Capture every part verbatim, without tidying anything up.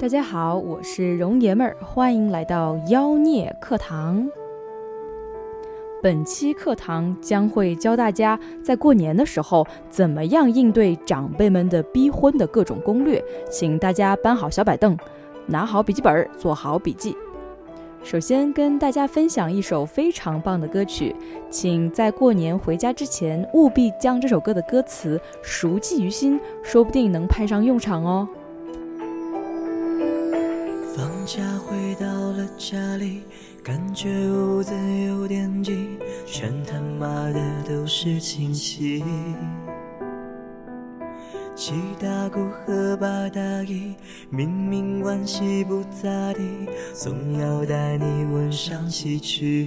大家好，我是容爷们儿，欢迎来到妖孽课堂。本期课堂将会教大家在过年的时候怎么样应对长辈们的逼婚的各种攻略，请大家搬好小板凳，拿好笔记本，做好笔记。首先跟大家分享一首非常棒的歌曲，请在过年回家之前务必将这首歌的歌词熟记于心，说不定能派上用场哦。 放假回到了家里，感觉屋子有点挤，全他妈的都是亲戚，七大姑和八大姨，明明关系不咋地，总要带你问上西去。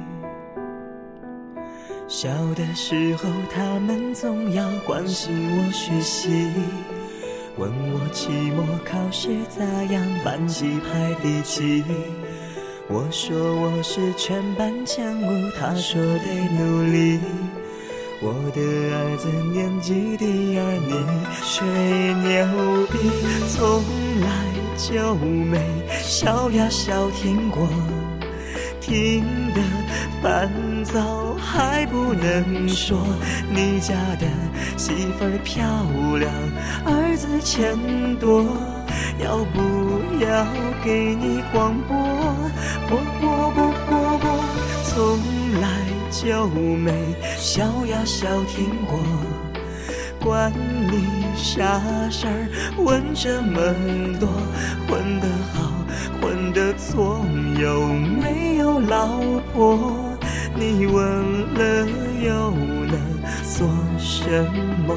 小的时候他们总要关心我学习，问我期末考试咋样，班级排第几。我说我是全班前五，他说得努力。我的儿子年级第二，你吹牛逼，从来就没笑呀笑听过，听得烦躁还不能说。你家的媳妇儿漂亮，儿子钱多，要不要给你广播？播播播播播，从来就没笑呀笑听过，关你啥事儿？问这么多，混得好混得错，有没有老婆？你问了又能说什么？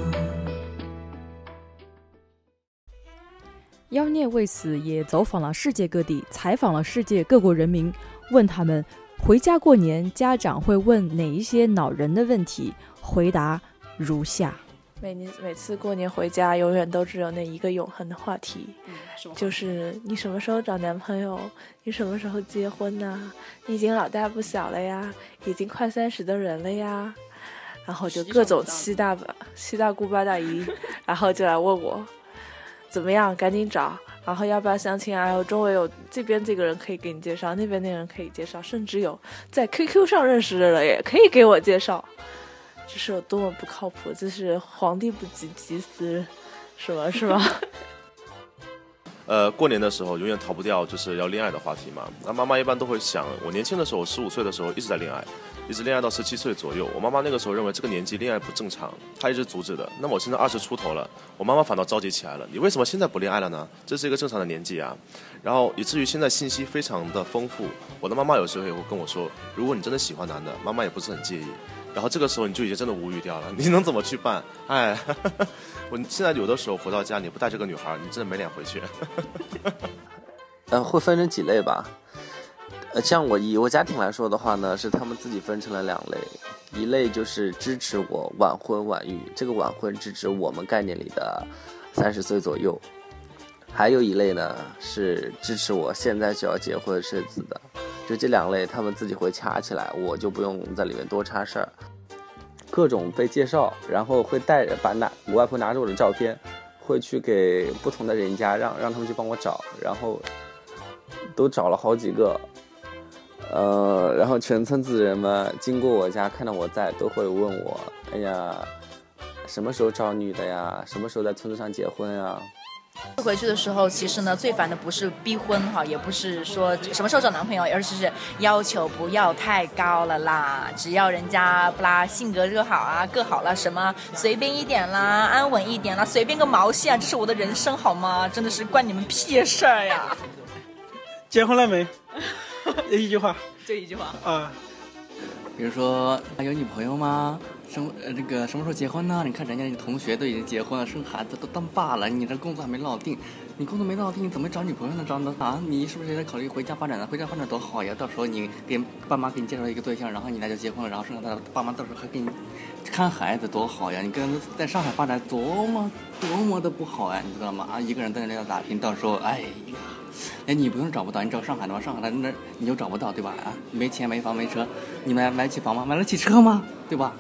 妖孽为此也走访了世界各地，采访了世界各国人民，问他们回家过年家长会问哪一些恼人的问题，回答如下。 每年每次过年回家，永远都只有那一个永恒的话题，嗯、就是你什么时候找男朋友？你什么时候结婚呢、啊？你已经老大不小了呀，已经快三十的人了呀。然后就各种七大七大姑八大姨，然后就来问我怎么样，赶紧找，然后要不要相亲啊？我周围有这边这个人可以给你介绍，那边那个人可以介绍，甚至有在 Q Q 上认识的人也可以给我介绍。这是有多么不靠谱，这是皇帝不急急死是吗是吗呃，过年的时候永远逃不掉就是要恋爱的话题嘛。那妈妈一般都会想，我年轻的时候十五岁的时候一直在恋爱，一直恋爱到十七岁左右。我妈妈那个时候认为这个年纪恋爱不正常，她一直阻止的。那么我现在二十出头了，我妈妈反倒着急起来了，你为什么现在不恋爱了呢？这是一个正常的年纪啊。然后以至于现在信息非常的丰富，我的妈妈有时候也会跟我说，如果你真的喜欢男的，妈妈也不是很介意。然后这个时候你就已经真的无语掉了，你能怎么去办？哎，我现在有的时候回到家，你不带这个女孩，你真的没脸回去。 呃，会分成几类吧。呃，像我以我家庭来说的话呢，是他们自己分成了两类，一类就是支持我晚婚晚育，这个晚婚是指我们概念里的三十岁左右，还有一类呢是支持我现在就要结婚生子的。就这两类他们自己会掐起来，我就不用在里面多插事儿。各种被介绍，然后会带着把拿我外婆拿着我的照片，会去给不同的人家让让他们去帮我找，然后都找了好几个，呃，然后全村子人们经过我家看到我在，都会问我，哎呀，什么时候找女的呀？什么时候在村子上结婚呀？ 回去的时候，其实呢，最烦的不是逼婚哈，也不是说什么时候找男朋友，而是要求不要太高了啦。只要人家不啦，性格热好啊，个好了，什么随便一点啦，安稳一点啦，随便个毛线啊！这是我的人生好吗？真的是关你们屁事儿呀！ 结婚了没？一句话， 就一句话啊。 比如说，有女朋友吗？什么呃，这个什么时候结婚呢？你看人家同学都已经结婚了，生孩子都当爸了，你这工作还没落定，你工作没落定，怎么找女朋友呢？找的啊？你是不是也在考虑回家发展呢？回家发展多好呀！到时候你给爸妈给你介绍一个对象，然后你俩就结婚了，然后剩下的爸妈到时候还给你看孩子，多好呀！你跟人在上海发展多么多么的不好呀，你知道吗？啊，一个人在那里打拼，到时候哎呀。哎，你不用找不到，你找上海的话，上海的那你就找不到，对吧？啊，没钱没房没车，你买买得起房吗？买得起车吗？对吧？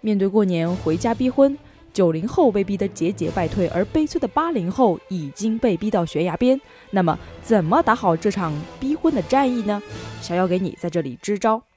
面对过年回家逼婚，九零后被逼得节节败退，而悲催的八零后已经被逼到悬崖边。那么怎么打好这场逼婚的战役呢？小妖给你在这里支招。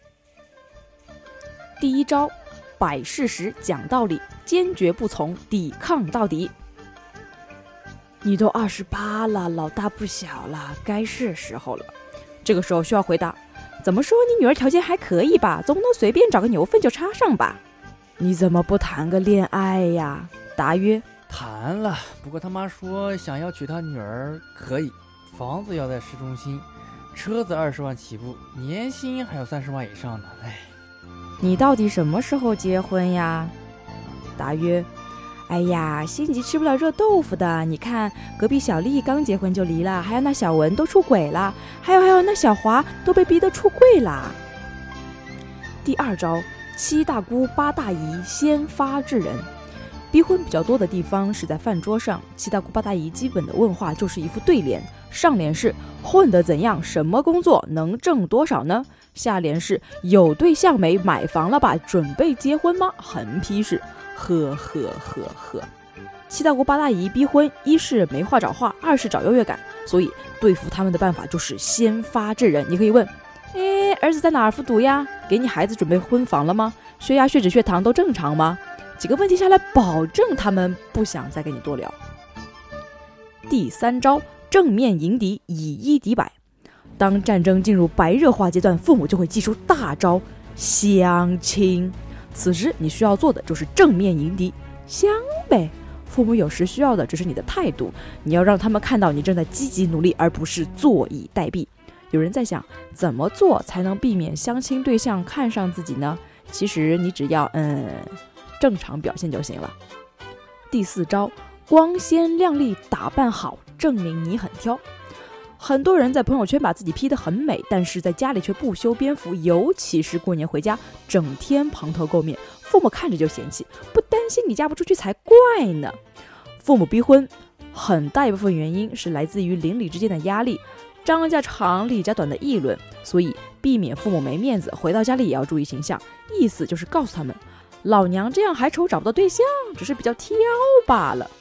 第一招，摆事实讲道理，坚决不从，抵抗到底。你都二十八了，老大不小了，该是时候了。这个时候需要回答，怎么说你女儿条件还可以吧，总不能随便找个牛粪就插上吧？你怎么不谈个恋爱呀？答曰， 谈了，不过他妈说想要娶她女儿可以，房子要在市中心，车子二十万起步，年薪还有三十万以上呢。哎， 你到底什么时候结婚呀？答曰，哎呀，心急吃不了热豆腐的，你看隔壁小丽刚结婚就离了，还有那小文都出轨了，还有还有那小华都被逼得出柜啦。第二招，七大姑八大姨先发制人。逼婚比较多的地方是在饭桌上，七大姑八大姨基本的问话就是一副对联，上联是混得怎样，什么工作，能挣多少呢？下联是有对象没，买房了吧，准备结婚吗？横批是呵呵呵呵。七大姑八大姨逼婚，一是没话找话，二是找优越感，所以对付他们的办法就是先发制人。你可以问，诶，儿子在哪儿复读呀？给你孩子准备婚房了吗？血压血脂血糖都正常吗？几个问题下来，保证他们不想再跟你多聊。第三招，正面迎敌，以一敌百。当战争进入白热化阶段，父母就会祭出大招相亲。此时你需要做的就是正面迎敌，相呗。父母有时需要的只是你的态度，你要让他们看到你正在积极努力，而不是坐以待毙。有人在想，怎么做才能避免相亲对象看上自己呢？其实你只要嗯正常表现就行了。第四招，光鲜亮丽，打扮好，证明你很挑。很多人在朋友圈把自己 P 得很美，但是在家里却不修边幅，尤其是过年回家，整天蓬头垢面，父母看着就嫌弃，不担心你嫁不出去才怪呢。父母逼婚，很大一部分原因是来自于邻里之间的压力，张家长李家短的议论，所以避免父母没面子，回到家里也要注意形象。意思就是告诉他们，老娘这样还愁找不到对象，只是比较挑罢了。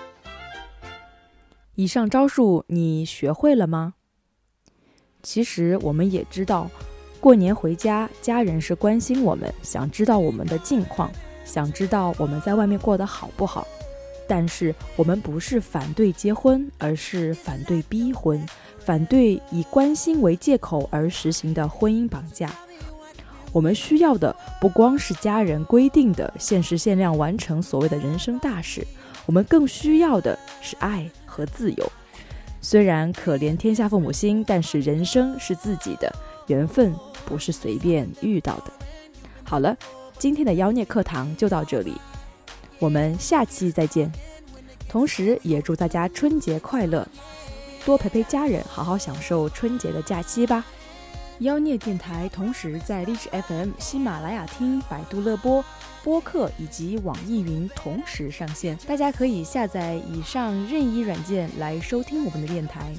以上招数你学会了吗？其实我们也知道，过年回家，家人是关心我们，想知道我们的近况，想知道我们在外面过得好不好。但是我们不是反对结婚，而是反对逼婚，反对以关心为借口而实行的婚姻绑架。我们需要的不光是家人规定的限时限量完成所谓的人生大事，我们更需要的是爱和自由。虽然可怜天下父母心，但是人生是自己的，缘分不是随便遇到的。好了，今天的妖孽课堂就到这里，我们下期再见。同时也祝大家春节快乐，多陪陪家人，好好享受春节的假期吧。妖孽电台同时在荔枝 F M、 喜马拉雅听、百度乐播、播客以及网易云同时上线，大家可以下载以上任意软件来收听我们的电台。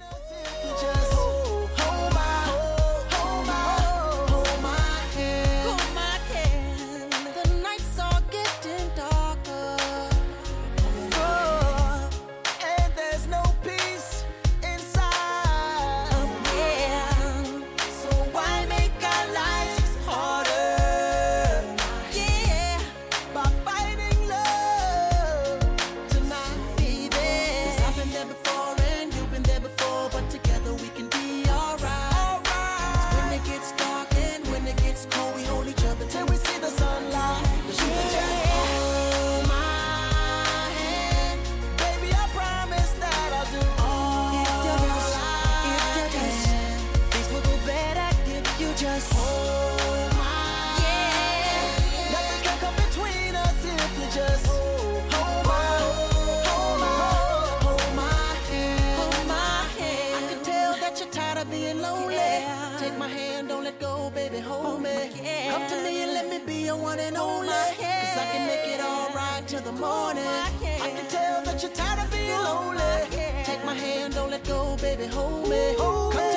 Take my hand, don't let go, baby, hold me. Come to me and let me be your one and only. Cause I can make it alright till the morning. I can tell that you're tired of being lonely. Take my hand, don't let go, baby, hold me. Come